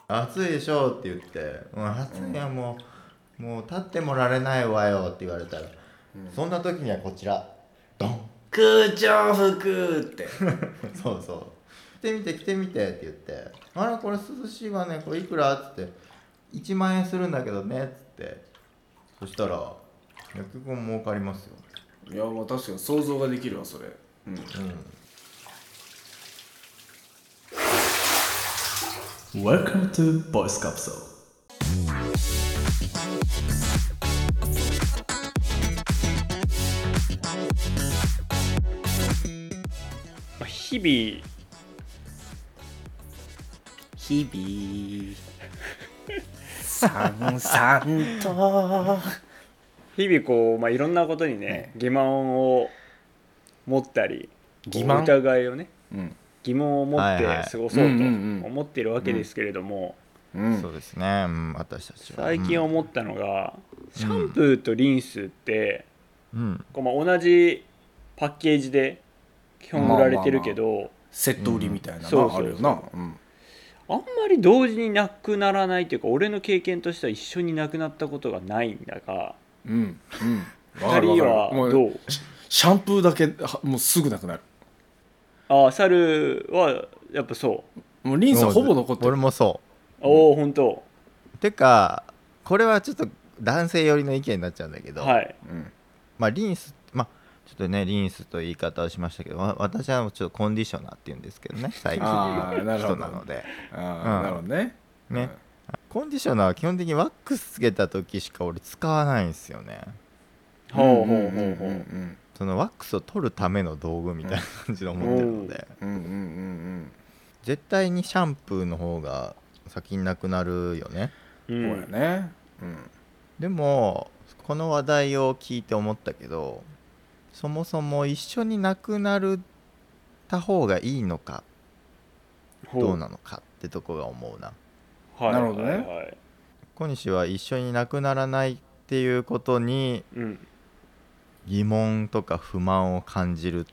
暑いでしょって言って、暑いやもう立ってもられないわよって言われたら、そんな時にはこちらドン空調服ってそうそう着てみてって言って、あらこれ涼しいわね、これいくらっつって、1万円するんだけどねっつって、そしたら結構儲かりますよ。 いやまあ確かに想像ができるわそれ。Welcome to Voice Capsule。 日 々さんさんと 々こう、いろんなことにね、疑問を持ったり、疑いをね、疑問を持って過ごそうと思っているわけですけれども、 そうですね、私たちは最近思ったのが、シャンプーとリンスって、こう同じパッケージで基本売られてるけど、 セット売りみたいなのあるよな。 あんまり同時になくならないというか、俺の経験としては一緒になくなったことがないんだが、2人はどう？ シャンプーだけもうすぐなくなる。 猿はやっぱそう。 もうリンスはほぼ残ってる。 俺もそう。 おお、本当。 てかこれはちょっと男性寄りの意見になっちゃうんだけど、 はい。 リンスちょっとね、リンスという言い方をしましたけど、私はちょっとコンディショナーって言うんですけどね、最近の人なので。 なるほどね。 コンディショナーは基本的にワックスつけた時しか俺使わないんですよね。 ほうほうほうほう。 そのワックスを取るための道具みたいな感じで思ってるので、絶対にシャンプーの方が先になくなるよね。 そうやね。 でもこの話題を聞いて思ったけど、そもそも一緒になくなった方がいいのかどうなのかってとこが思うな。 なるほどね。 小西は一緒になくならないっていうことに疑問とか不満を感じるって。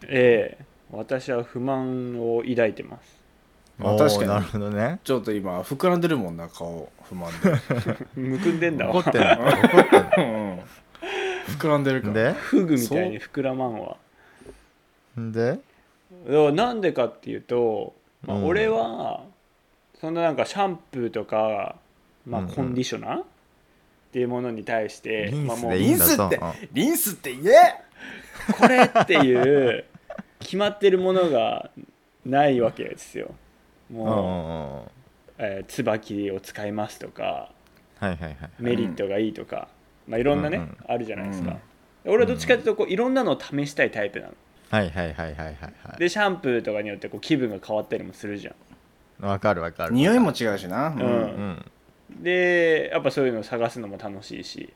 私は不満を抱いてます。 確かに。 なるほどね。 ちょっと今膨らんでるもんな、顔不満で。 むくんでんだわ。 怒ってんの膨らんでるから。 でフグみたいに膨らまんわ。 でなんでかっていうと、俺はそんななんかシャンプーとか、コンディショナーっていうものに対して、 リンスって言えこれっていう決まってるものがないわけですよ。もう、椿を使いますとか、メリットがいいとか、いろんなね、あるじゃないですか。俺はどっちかというとこういろんなのを試したいタイプなの。でシャンプーとかによってこう気分が変わったりもするじゃん。 わかる匂いも違うしな。 でやっぱそういうのを探すのも楽しいし、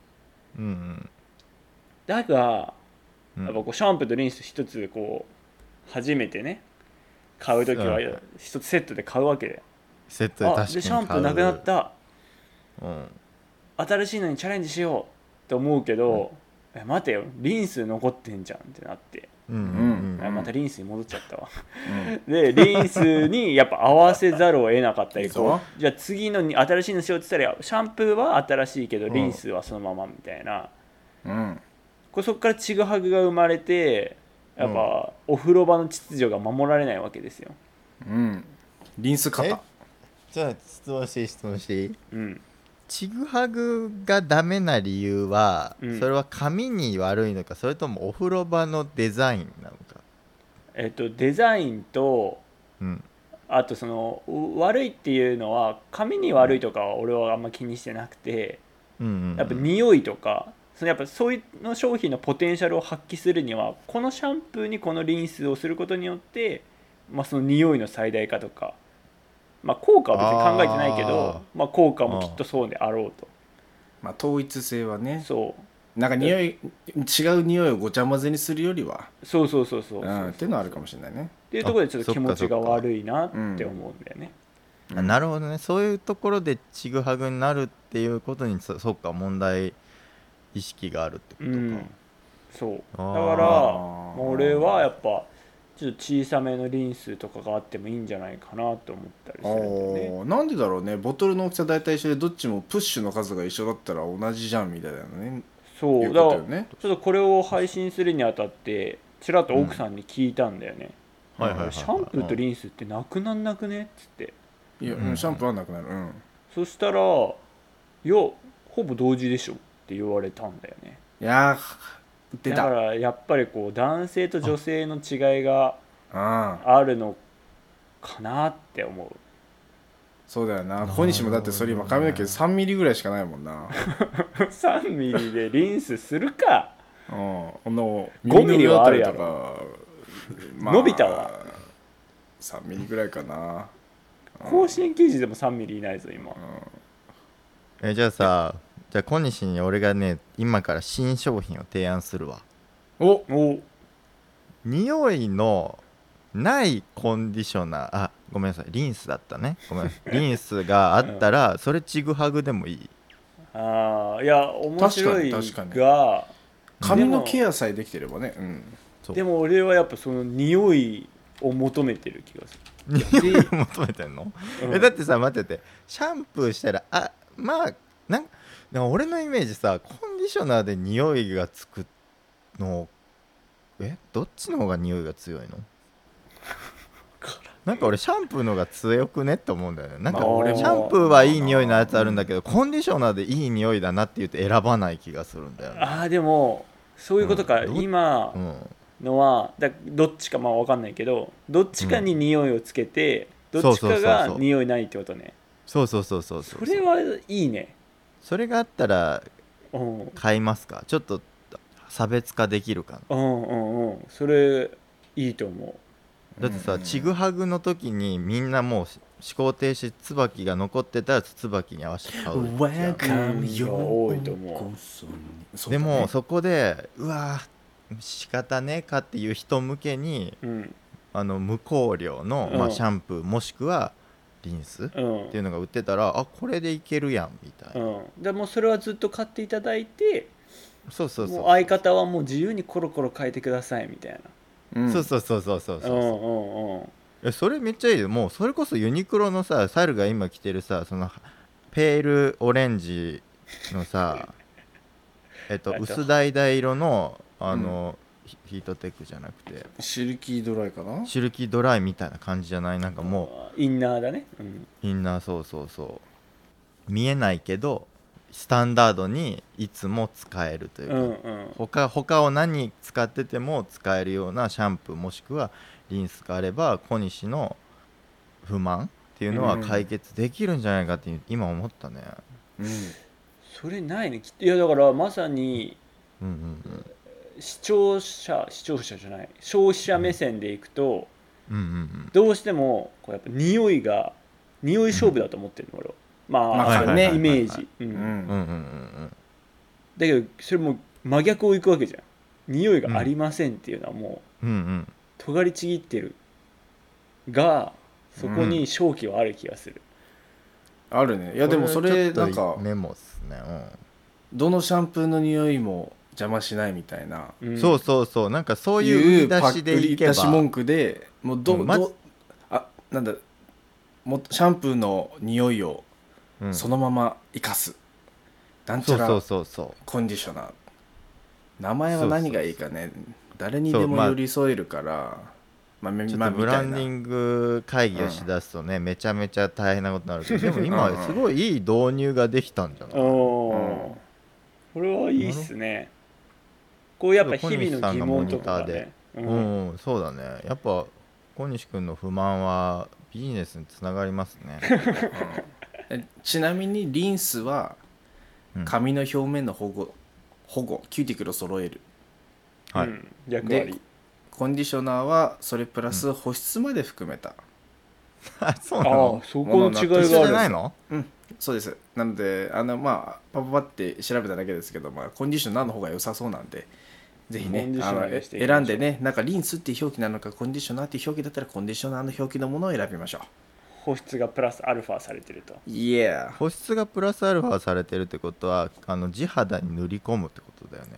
だがやっぱこうシャンプーとリンス一つこう初めてね買うときは一つセットで買うわけで、 セットで確かに買う。 でシャンプーなくなった、新しいのにチャレンジしようって思うけど、待てよリンス残ってんじゃんってなって、またリンスに戻っちゃったわ、でリンスにやっぱ合わせざるを得なかったり、じゃあ次のに新しいのしようって言ったらシャンプーは新しいけどリンスはそのままみたいな、そこからちぐはぐが生まれて、やっぱお風呂場の秩序が守られないわけですよ。 リンス型。 じゃあ質問していい？ちぐはぐがダメな理由は、それは紙に悪いのか、それともお風呂場のデザインなのか。 デザインと、あとその悪いっていうのは紙に悪いとかは俺はあんま気にしてなくて、やっぱ匂いとかやっぱそういうの商品のポテンシャルを発揮するにはこのシャンプーにこのリンスをすることによって、その匂いの最大化とか、効果は別に考えてないけど、効果もきっとそうであろうと。 統一性はね。 そうなんか違う匂いをごちゃ混ぜにするよりはっていうのはあるかもしれないね。 っていうところでちょっと気持ちが悪いなって思うんだよね。 なるほどね。そういうところでちぐはぐになるっていうことにそっか問題意識があるってことか。 そうだから俺はやっぱちょっと小さめのリンスとかがあってもいいんじゃないかなと思ったりするんだよね。 なんでだろうね。ボトルの大きさ大体一緒でどっちもプッシュの数が一緒だったら同じじゃんみたいなね。 そういうだからことよね。 ちょっとこれを配信するにあたってちらっと奥さんに聞いたんだよね、 はいはいはいはいシャンプーとリンスってなくなんなくねっつって、 いや、シャンプーはなくなる。 そしたらいやほぼ同時でしょって言われたんだよね。 いやー出た。 だからやっぱりこう男性と女性の違いがああるのかなって思う。 そうだよな。小西もだってそれ今髪の毛3ミリぐらいしかないもんな。 3ミリでリンスするか。 5 5ミリはあるやろ。伸びたわ。 3ミリぐらいかな。 甲子園球児でも3ミリいないぞ今。 じゃあさ、じゃあ小西に俺がね今から新商品を提案するわ。 お匂いのないコンディショナー、あ、ごめんなさい、リンスだったね、ごめんなさい、リンスがあったらそれちぐはぐでもいい。 いや面白い確かにが髪のケアさえできてればね。 でも俺はやっぱその匂いを求めてる気がす匂いを求めてんの、 る、 だってさ待ってて、シャンプーしたらまあなんか俺のイメージさ、コンディショナーで匂いがつくのどっちの方が匂いが強いの？なんか俺シャンプーの方が強くねって思うんだよね。なんかシャンプーはいい匂いのやつあるんだけど、コンディショナーでいい匂いだなって言って選ばない気がするんだよね。 でもそういうことか、今のはどっちか分かんないけど、どっちかに匂いをつけて、どっちかが匂いないってことね。 そうそれはいいね。 それがあったら買いますか？ちょっと差別化できるかな。 それいいと思う。だってさ、ちぐはぐの時にみんなもう思考停止、椿が残ってたら椿に合わせて買う。 多いと思う。でもそこでうわ仕方ねえかっていう人向けに、無香料の、シャンプーもしくはリンスっていうのが売ってたら、これでいけるやんみたいな。 でもそれはずっと買っていただいて、 そうもう相方はもう自由にコロコロ変えてくださいみたいな。 そうそれめっちゃいいよ。もうそれこそユニクロのさ、サルが今着てるさ、そのペールオレンジのさ薄橙色のヒートテックじゃなくてシルキードライかな。 シルキードライみたいな感じじゃない？なんかもうインナーだね、 インナー、そう見えないけどスタンダードにいつも使えるというか、他を何使ってても使えるようなシャンプーもしくはリンスがあれば、小西の不満っていうのは解決できるんじゃないかって今思ったね。 それないね。いやだからまさに視聴者じゃない、消費者目線でいくと、どうしてもこうやっぱ匂い勝負だと思ってるの、俺は。イメージ。だけどそれも真逆をいくわけじゃん。匂いがありませんっていうのはもう尖りちぎってるが、そこに勝機はある気がする。 あるね。いやでもそれなんかメモっすね。 どのシャンプーの匂いも邪魔しないみたいな、 そうなんかそういう売り出しでいけば、 売り出し文句でもうなんだ、もっとシャンプーの匂いをそのまま生かす、なんちゃらコンディショナー、名前は何がいいかね、誰にでも寄り添えるから、 ちょっとブランディング会議をしだすとね、めちゃめちゃ大変なことになるけど、でも今すごいいい導入ができたんじゃない？ これはいいっすね。こうやっぱ日々の疑問とかがね、 そうだね。やっぱ小西君の不満はビジネスにつながりますね。 ちなみにリンスは髪の表面の保護キューティクルを揃える、 役割。 コンディショナーはそれプラス保湿まで含めた、 そうなの？ そこの違いがあるじゃないの？ そうです。なのでパパって調べただけですけど、コンディショナーの方が良さそうなんで、ぜひね選んでね、なんかリンスっていう表記なのかコンディショナーっていう表記だったらコンディショナーの表記のものを選びましょう。 保湿がプラスアルファされてると。 保湿がプラスアルファされてるってことは地肌に塗り込むってことだよね。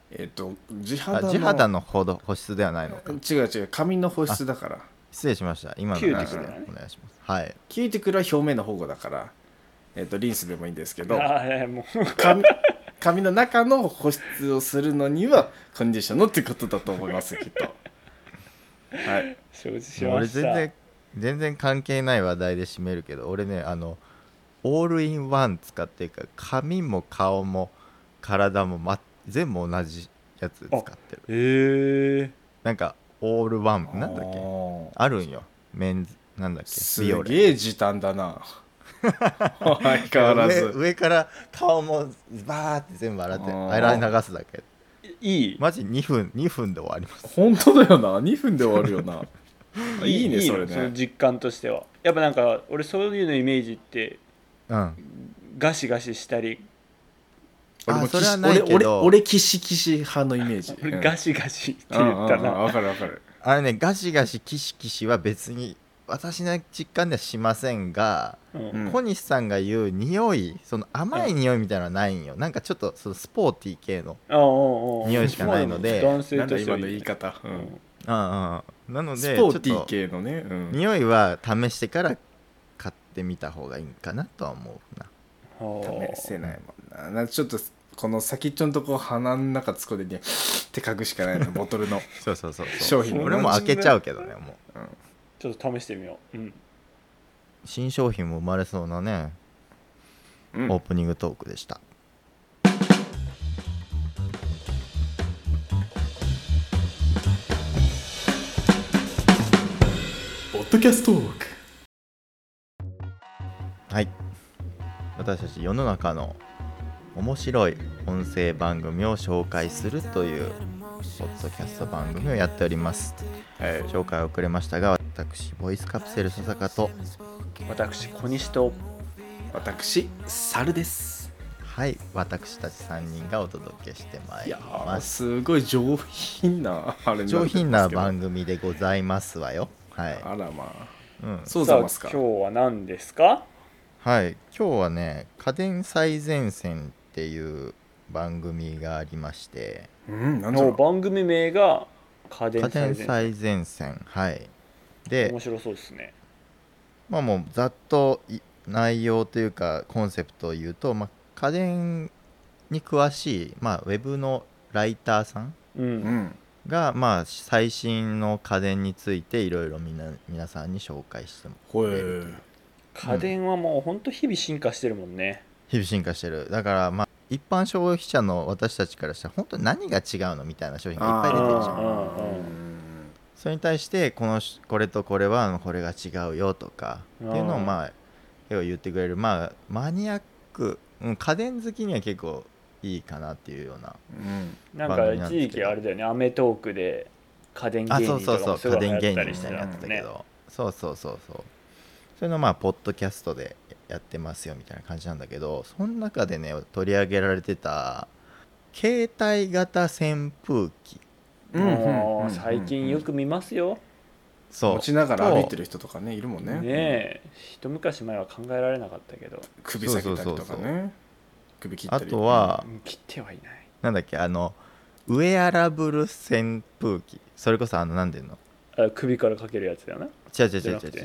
地肌の保湿ではないのか。 違う髪の保湿だから。 失礼しました。今の話でお願いします。はい。 キューティクルは表面の保護だから、リンスでもいいんですけど、 もう髪の中の保湿をするのにはコンディショナーってことだと思いますきっと。はい。 承知しました。 俺全然関係ない話題で締めるけど、俺ねオールインワン使ってるから髪も顔も体も、全部同じやつ使ってる。なんかオールワンなんだっけあるんよ。メンズなんだっけ。 すげえ時短だな。相変わらず上から顔もバーって全部洗って洗い流すだけ。 いい。 マジ2分で終わります。 本当だよな。2分で終わるよな。いいねそれね。 その実感としてはやっぱなんか俺そういうのイメージって、ガシガシしたり。 それはないけど俺キシキシ派のイメージ。 俺ガシガシって言ったな。 わかる。 あれね、ガシガシキシキシは別に私の実感ではしませんが、小西さんが言う匂い、その甘い匂いみたいなのはないんよ。なんかちょっとそのスポーティー系の匂いしかないので、 男性として今の言い方。 なのでスポーティー系のね、 匂いは試してから買ってみた方がいいかなとは思うな。 試せないもんな。ちょっとこの先っちょのとこ鼻の中突っ込んでね手嗅ぐしかないの。ボトルのそう商品の。 俺も開けちゃうけどね、もう、 ちょっと試してみよう。 新商品も生まれそうなね、オープニングトークでした。 ポッドキャストトーク。 はい、私たち世の中の面白い音声番組を紹介するというポッドキャスト番組をやっております。紹介遅れましたが、私ボイスカプセル笹香と、 私小西と、 私猿です。 はい、私たち3人がお届けしてまいります。 すごい上品な番組でございますわよ。はい。 あらまあ、 そうざますか。今日は何ですか？ はい、今日はね、家電最前線っていう番組がありまして、 番組名が家電最前線。はい。で、 面白そうですね。 もうざっと内容というかコンセプトを言うと、家電に詳しい、ウェブのライターさんが、最新の家電についていろいろ皆さんに紹介してもらえる。 家電はもう本当日々進化してるもんね。 日々進化してる。だから一般消費者の私たちからしたら本当に何が違うのみたいな商品がいっぱい出てるじゃん。それに対してこれとこれはこれが違うよとかっていうのを言ってくれる、マニアック、家電好きには結構いいかなっていうような。 なんか一時期あれだよね、アメトークで家電芸人とかもすごい流行ったりしてたもんね。 そうそれのポッドキャストでやってますよみたいな感じなんだけど、その中でね取り上げられてた携帯型扇風機、 最近よく見ますよ。 持ちながら歩いてる人とかねいるもんね。 ねえ、一昔前は考えられなかったけど、 首下げたりとかね、首切ったり。 あとは切ってはいない。 なんだっけ、ウェアラブル扇風機、それこそなんていうの、 首からかけるやつだよな。 違う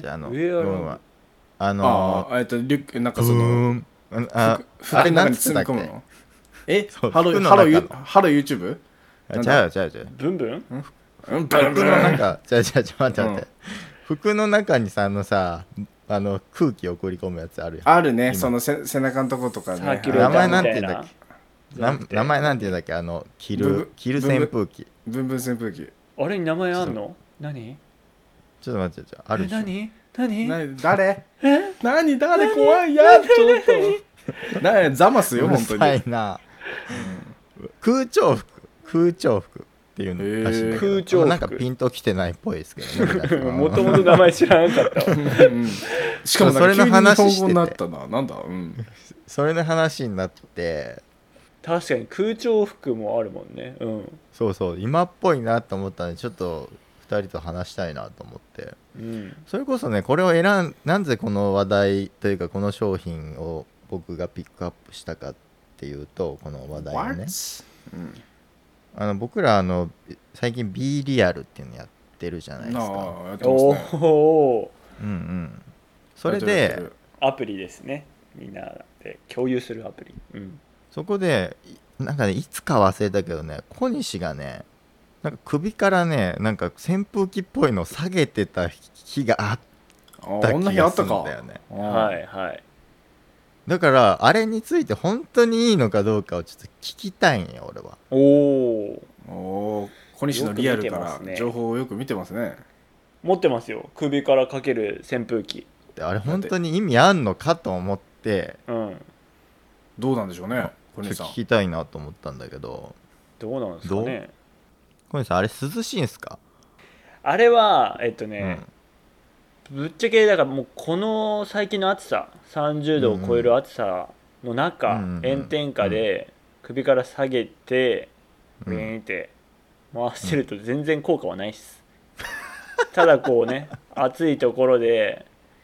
なんかそのあれなんつったっけ、 ハロー YouTube？ 違うブンブン？ 服の中、待って、服の中にさ空気を送り込むやつあるやん。 あるね、その背中のとことかね。 名前なんていうんだっけ、名前なんていうんだっけ、着る扇風機、 ブンブン扇風機。 あれに名前あんの？何？ ちょっと待って、あるでしょ。 何？ 誰？誰怖いや、ちょっとザマスよ、本当に。 うるさいな。空調服っていうのらしいんだけど、なんかピンときてないっぽいですけどね。 もともと名前知らなかったわ。 しかもそれの話してて、なんだ、 それの話になって、 確かに空調服もあるもんね。 そう今っぽいなと思ったので、ちょっと2人と話したいなと思って、それこそね、これをなんでこの話題というかこの商品を僕がピックアップしたかっていうと、この話題をね、 僕ら最近 B リアルっていうのやってるじゃないですか。 やってますね。 おうんうん。それでアプリですね。みんなで共有するアプリ。うん。 そこでなんかね、いつか忘れたけどね、小西がね、なんか首からね、なんか扇風機っぽいのを下げてた日があった気がするんだよね。 はいはい。 だからあれについて本当にいいのかどうかをちょっと聞きたいんよ俺は。 お小西のリアルから情報をよく見てますね。 持ってますよ、首からかける扇風機。 あれ本当に意味あんのかと思って、 どうなんでしょうね、 小西さん。聞きたいなと思ったんだけど。 どうなんですかね。 小西さん、あれ涼しいんすか？ あれはぶっちゃけだからもうこの最近の暑さ、30度を超える暑さの中、炎天下で首から下げてウィーンって回してると全然効果はないっす。ただこうね、暑いところで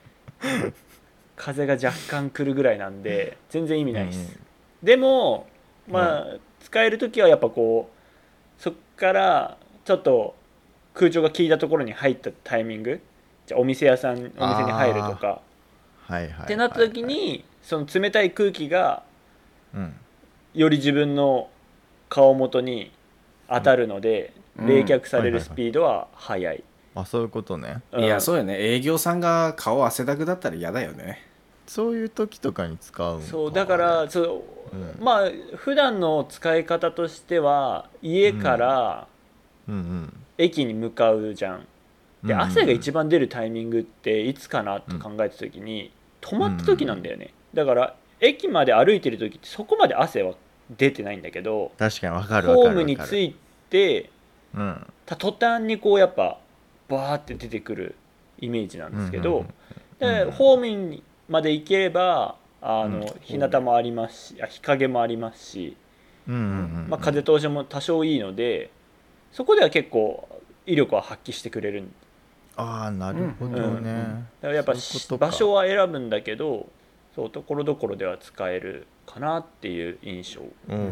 風が若干来るぐらいなんで全然意味ないっす。でもまあ使える時はやっぱこうそっからちょっと空調が効いたところに入ったタイミング、じゃあお店に入るとかってなった時にその冷たい空気がより自分の顔元に当たるので冷却されるスピードは速い。 そういうことね。 いやそうよね、営業さんが顔汗だくだったら嫌だよね。 そういう時とかに使うんか。 そうだからまあ普段の使い方としては家から駅に向かうじゃん。で汗が一番出るタイミングっていつかなと考えた時に止まった時なんだよね。だから駅まで歩いてる時ってそこまで汗は出てないんだけど、 確かに分かる。 ホームに着いてた途端にこうやっぱバーって出てくるイメージなんですけど、でホームまで行ければ日向もありますし日陰もありますし、風通しも多少いいのでそこでは結構威力は発揮してくれる。 なるほどね。 だからやっぱ場所は選ぶんだけど、そうところどころでは使えるかなっていう印象。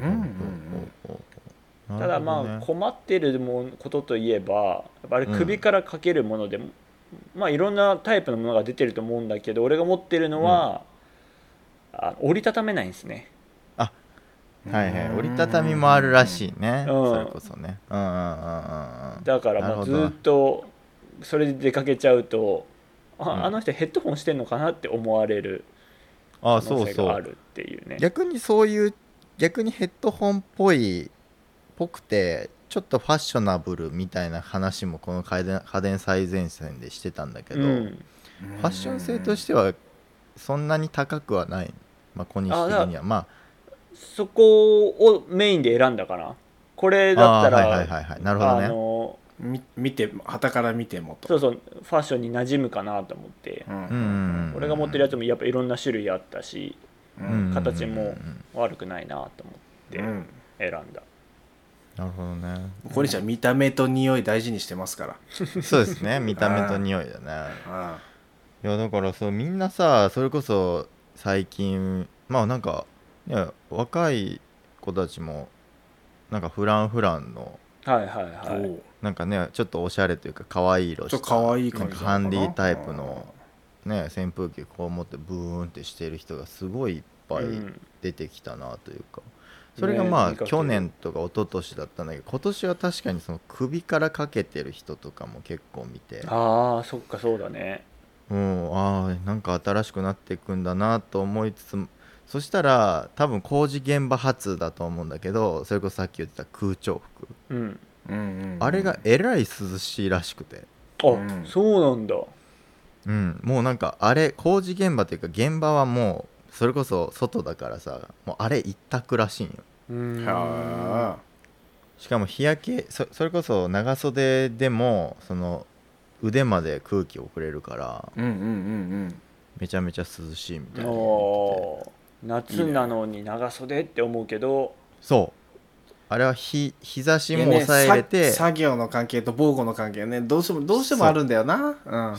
ただまあ困ってることといえばやっぱり首からかけるものでも、まあいろんなタイプのものが出てると思うんだけど、俺が持ってるのは、折りたためないんですね。 折りたたみもあるらしいね。それこそね。 だからもうずっとそれで出かけちゃうとあの人ヘッドホンしてんのかなって思われる可能性があるっていうね。 逆にヘッドホンっぽくてちょっとファッショナブルみたいな話もこの家電最前線でしてたんだけど、ファッション性としてはそんなに高くはない。小西的にはそこをメインで選んだかな。これだったらなるほどね。見て旗から見てもとファッションに馴染むかなと思って、俺が持ってるやつもやっぱいろんな種類あったし、形も悪くないなと思って選んだ。 なるほどね。 小西は見た目と匂い大事にしてますから。 そうですね、見た目と匂いだね。いやだからみんなさ、それこそ最近なんか若い子たちもなんかフランのなんかねちょっとおしゃれというか可愛い色したハンディタイプのね扇風機こう持ってブーンってしてる人がすごいいっぱい出てきたなというか、それが去年とか一昨年だったんだけど、今年は確かにその首からかけてる人とかも結構見て、 そっかそうだね。 なんか新しくなっていくんだなと思いつつ、そしたら多分工事現場発だと思うんだけど、それこそさっき言ってた空調服、あれがえらい涼しいらしくて、 そうなんだ。 もうなんかあれ工事現場というか現場はもうそれこそ外だからさ、もうあれ一択らしいんよ。しかも日焼け それこそ長袖でもその腕まで空気を送れるから、めちゃめちゃ涼しいみたいな。 夏なのに長袖って思うけど、 あれは日差しも抑えれて、 作業の関係と防護の関係ね、どうしてもあるんだよな。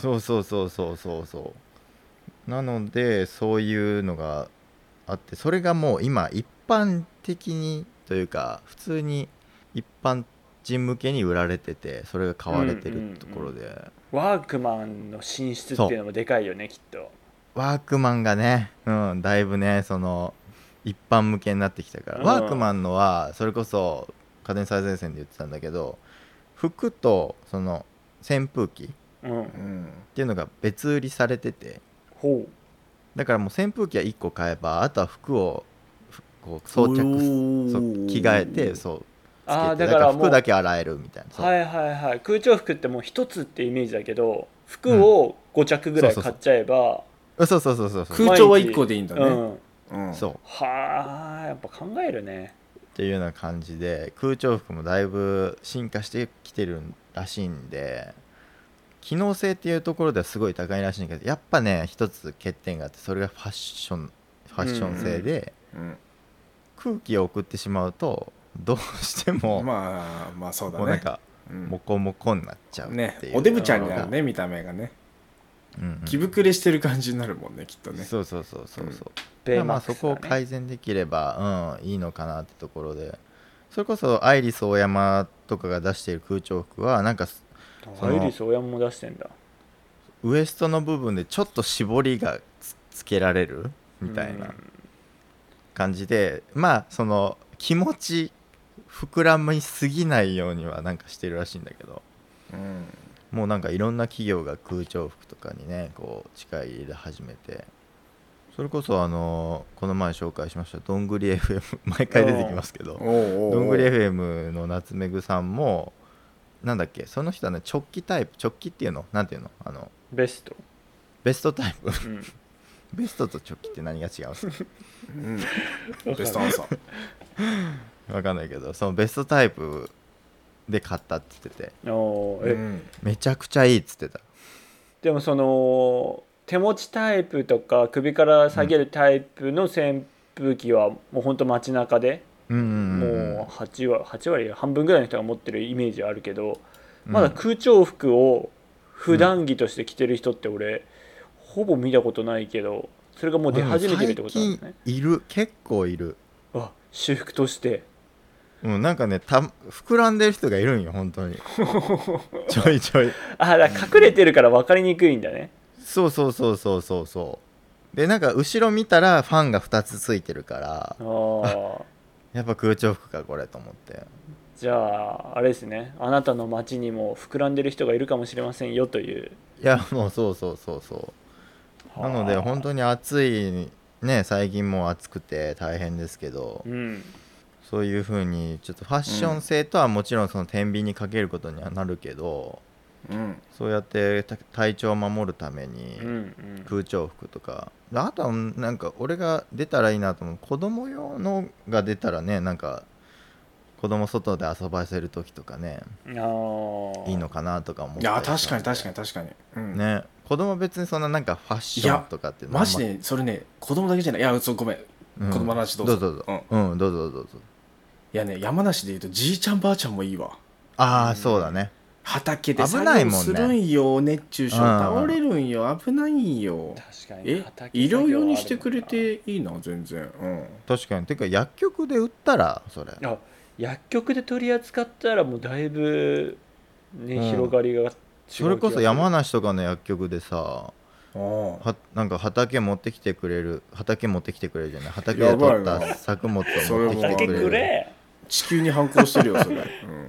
そうなのでそういうのがあって、それがもう今一般的にというか普通に一般人向けに売られてて、それが買われてるところで、 ワークマンの進出っていうのもでかいよね、きっと。 ワークマンがね、だいぶねその一般向けになってきたから、ワークマンのはそれこそ家電最前線で言ってたんだけど、服とその扇風機っていうのが別売りされてて、だからもう扇風機は1個買えば、あとは服をこう装着、着替えてそうつけて、だから服だけ洗えるみたいな。 はいはいはい。空調服ってもう一つってイメージだけど、服を5着ぐらい買っちゃえば、 そう空調は1個でいいんだね。 そうはあ、やっぱ考えるねっていうような感じで、空調服もだいぶ進化してきてるらしいんで、機能性っていうところではすごい高いらしいんだけど、やっぱね一つ欠点があって、それがファッション性で、空気を送ってしまうとどうしてもまあそうだね、 もうなんかモコモコになっちゃうっていうね、おデブちゃんになるね、見た目がね、着膨れしてる感じになるもんね、きっとね。 そうまあそこを改善できればいいのかなってところで、それこそアイリスオーヤマとかが出している空調服はなんかアイリスオーヤマも出してんだ。 ウエストの部分でちょっと絞りが つけられるみたいな感じで、まあその気持ち膨らみすぎないようにはなんかしてるらしいんだけど、もうなんかいろんな企業が空調服とかにねこう力入れ始めて、それこそこの前紹介しましたどんぐり FM 毎回出てきますけど、どんぐり FM の夏目ぐさんもなんだっけ、その人はね直帰タイプ、直帰っていうのなんていうの、 ベストタイプ、ベストと直帰って何が違うんですか？ ベストアンサー分かんないけど、そのベストタイプで買ったって言ってて、めちゃくちゃいいっつってた。 でもその手持ちタイプとか首から下げるタイプの扇風機はもうほんと街中で、もう8割半分ぐらいの人が持ってるイメージあるけど、まだ空調服を普段着として着てる人って俺、ほぼ見たことないけど、それがもう出始めてるってことなんですね。 最近いる、結構いる。 私服としてなんかね膨らんでる人がいるんよ本当にちょいちょいだから隠れてるから分かりにくいんだね。 そうで、なんか後ろ見たらファンが2つついてるから、やっぱ空調服かこれと思って。 じゃああれですね、あなたの街にも膨らんでる人がいるかもしれませんよという。 いやもうそうなので本当に暑いね、最近もう暑くて大変ですけど、そういう風にちょっとファッション性とはもちろんその天秤にかけることにはなるけど、そうやって体調を守るために空調服とか、あとはなんか俺が出たらいいなと思う、子供用のが出たらね、なんか子供外で遊ばせる時とかねいいのかなとか思って。 いや確かに、 ね、子供別にそんななんかファッションとかってマジでそれね、子供だけじゃない。いやごめん、子供の話どうぞどうぞ。 いやね、山梨でいうとじいちゃんばあちゃんもいいわ。 そうだね、 畑で作業するんよ、熱中症倒れるんよ、危ないんよ。 確かに医療用にしてくれていいな全然。 確かに。てか薬局で売ったらそれ薬局で取り扱ったらもうだいぶね、広がりが違う。 それこそ山梨とかの薬局でさ、なんか畑持ってきてくれるじゃない、畑で取った作物を持ってきてくれる、 地球に反抗してるよそれ、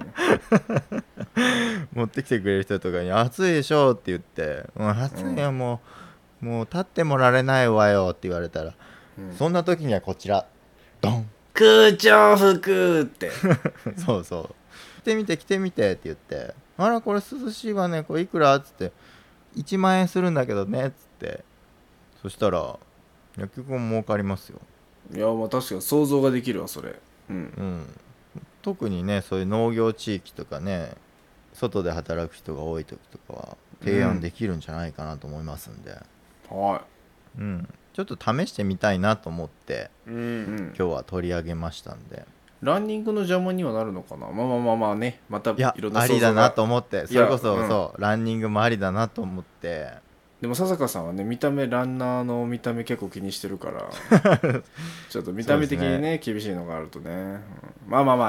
持ってきてくれる人とかに暑いでしょって言って、暑いよ、もう立ってもられないわよって言われたら、そんな時にはこちらドン、 空調服ってそう着てみてって言って、あらこれ涼しいわね、これいくらっつって、1万円するんだけどねっつって、そしたら薬局も儲かりますよ。 いやまあ確かに想像ができるわそれ。 特にねそういう農業地域とかね、外で働く人が多い時とかは提案できるんじゃないかなと思いますんで、ちょっと試してみたいなと思って、今日は取り上げましたんで。 ランニングの邪魔にはなるのかな。まあね、またいろんな想像がありだなと思って、それこそ、ランニングもありだなと思って。 でも笹香さんはね、見た目ランナーの見た目結構気にしてるからちょっと見た目的にね厳しいのがあるとね、まあ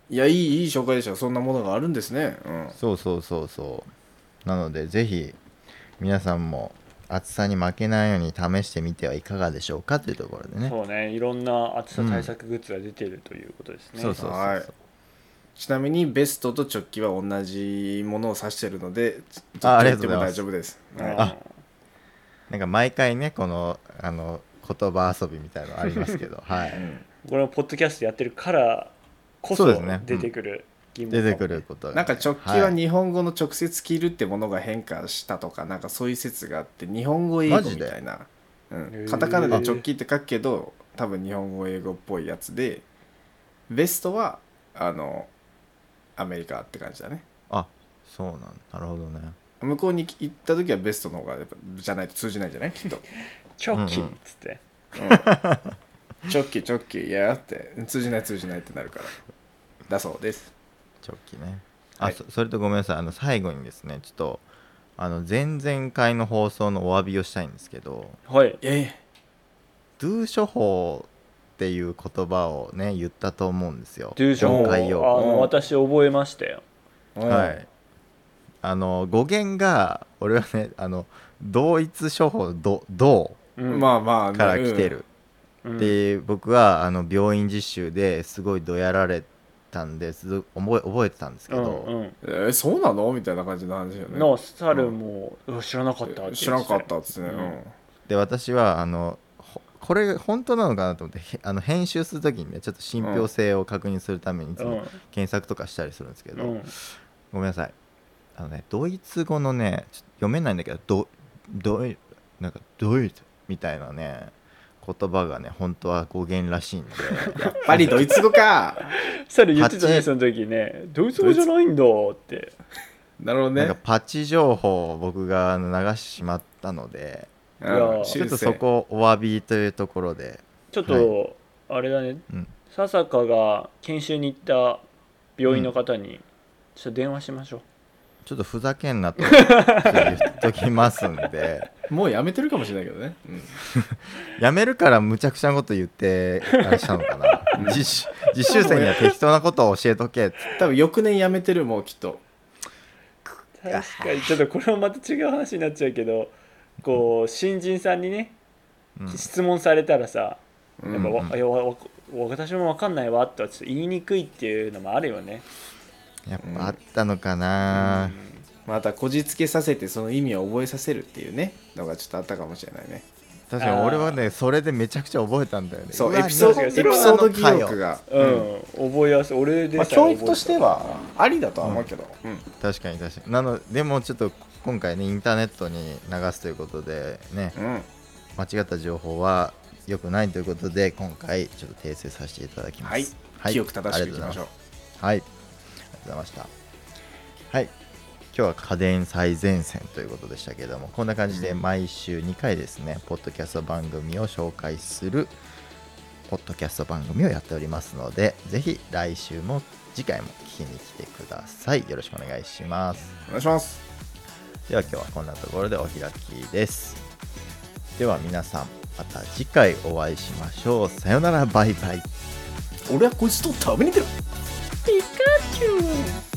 いや、いい紹介でした。そんなものがあるんですね。 そうなのでぜひ皆さんも暑さに負けないように試してみてはいかがでしょうかというところでね。 そうね、いろんな暑さ対策グッズが出てるということですね。 そうちなみにベストとチョッキは同じものを指してるので、 ありがとうございます。 大丈夫です。 なんか毎回ねこの言葉遊びみたいなのありますけど、はい。 これもポッドキャストやってるからこそ出てくる疑問、出てくることなんか直帰は日本語の直接着るってものが変化したとか、なんかそういう説があって、日本語英語みたいな、カタカナで直帰って書くけど多分日本語英語っぽいやつで、ベストはアメリカって感じだね。 あ、そうなんなるほどね。 向こうに行った時はベストの方がやっぱじゃないと通じないんじゃないきっと。 チョッキっつって、 チョッキいやって通じないってなるからだそうです。 チョッキね。はい、それとごめんなさい、最後にですね、ちょっと前々回の放送のお詫びをしたいんですけど、 はい、 ドゥ処方っていう言葉をね言ったと思うんですよ。 ドゥ処方、私覚えましたよ。 はい。語源が俺はね同一処方同から来てる。で僕は病院実習ですごいどやられたんです覚えてたんですけど、 そうなのみたいな感じの話よね。 のサルも知らなかったって知らなかったっつってね。 で私はこれ本当なのかなと思って編集するときにねちょっと信憑性を確認するためにいつも検索とかしたりするんですけど、ごめんなさい、ドイツ語のね読めないんだけどなんかドイツみたいなね言葉がね本当は語源らしいんでやっぱりドイツ語かそれ言ってたねその時ね、ドイツ語じゃないんだって。 なるほどね。 なんかパチ情報を僕が流してしまったので、ちょっとそこお詫びというところでちょっと、あれだね、笹香が研修に行った病院の方にちょっと電話しましょう。 ちょっとふざけんなと言っときますんでもうやめてるかもしれないけどね、 やめるからむちゃくちゃなこと言ってあれしたのかな実習生には適当なことを教えとけって。 多分翌年やめてる、もうきっと。 確かにちょっとこれもまた違う話になっちゃうけど、こう新人さんにね、質問されたらさ、やっぱ私も分かんないわとはちょっと言いにくいっていうのもあるよね。 やっぱあったのかな、 またこじつけさせてその意味を覚えさせるっていうねのがちょっとあったかもしれないね。 確かに俺はねそれでめちゃくちゃ覚えたんだよね。 そうエピソード記憶が、 覚えやすい。俺で教育としてはありだとは思うけど、 確かにでもちょっと今回ねインターネットに流すということでね、間違った情報は良くないということで今回ちょっと訂正させていただきます。 清く正しくいきましょう。 はい、ありがとうございました。はい、今日は家電最前線ということでしたけれども、こんな感じで毎週2回ですね、ポッドキャスト番組を紹介するポッドキャスト番組をやっておりますので、ぜひ来週も次回も聞きに来てください。よろしくお願いします。 お願いします。 では今日はこんなところでお開きです。では皆さんまた次回お会いしましょう。さよなら、バイバイ。 俺はこいつと食べに出る。 ピカチュウ。